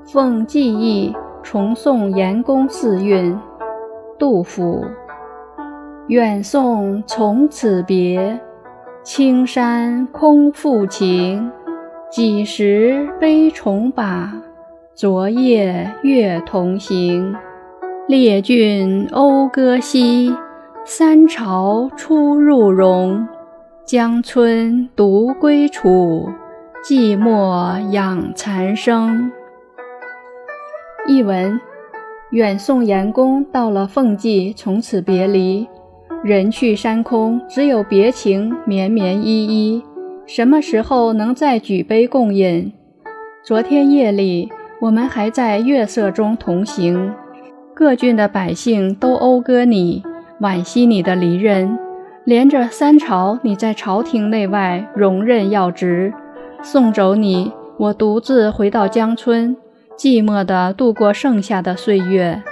奉寄意重送阎公寺韵。杜甫。远送从此别，青山空复情。几时悲重把，昨夜月同行。列郡讴歌西，三朝出入荣。江村独归处，寂寞养残生。译文：远送阎公到了凤髻，从此别离。人去山空，只有别情绵绵依依。什么时候能再举杯共饮？昨天夜里，我们还在月色中同行。各郡的百姓都讴歌你，惋惜你的离人。连着三朝，你在朝廷内外荣任要职。送走你，我独自回到江村，寂寞地度过剩下的岁月。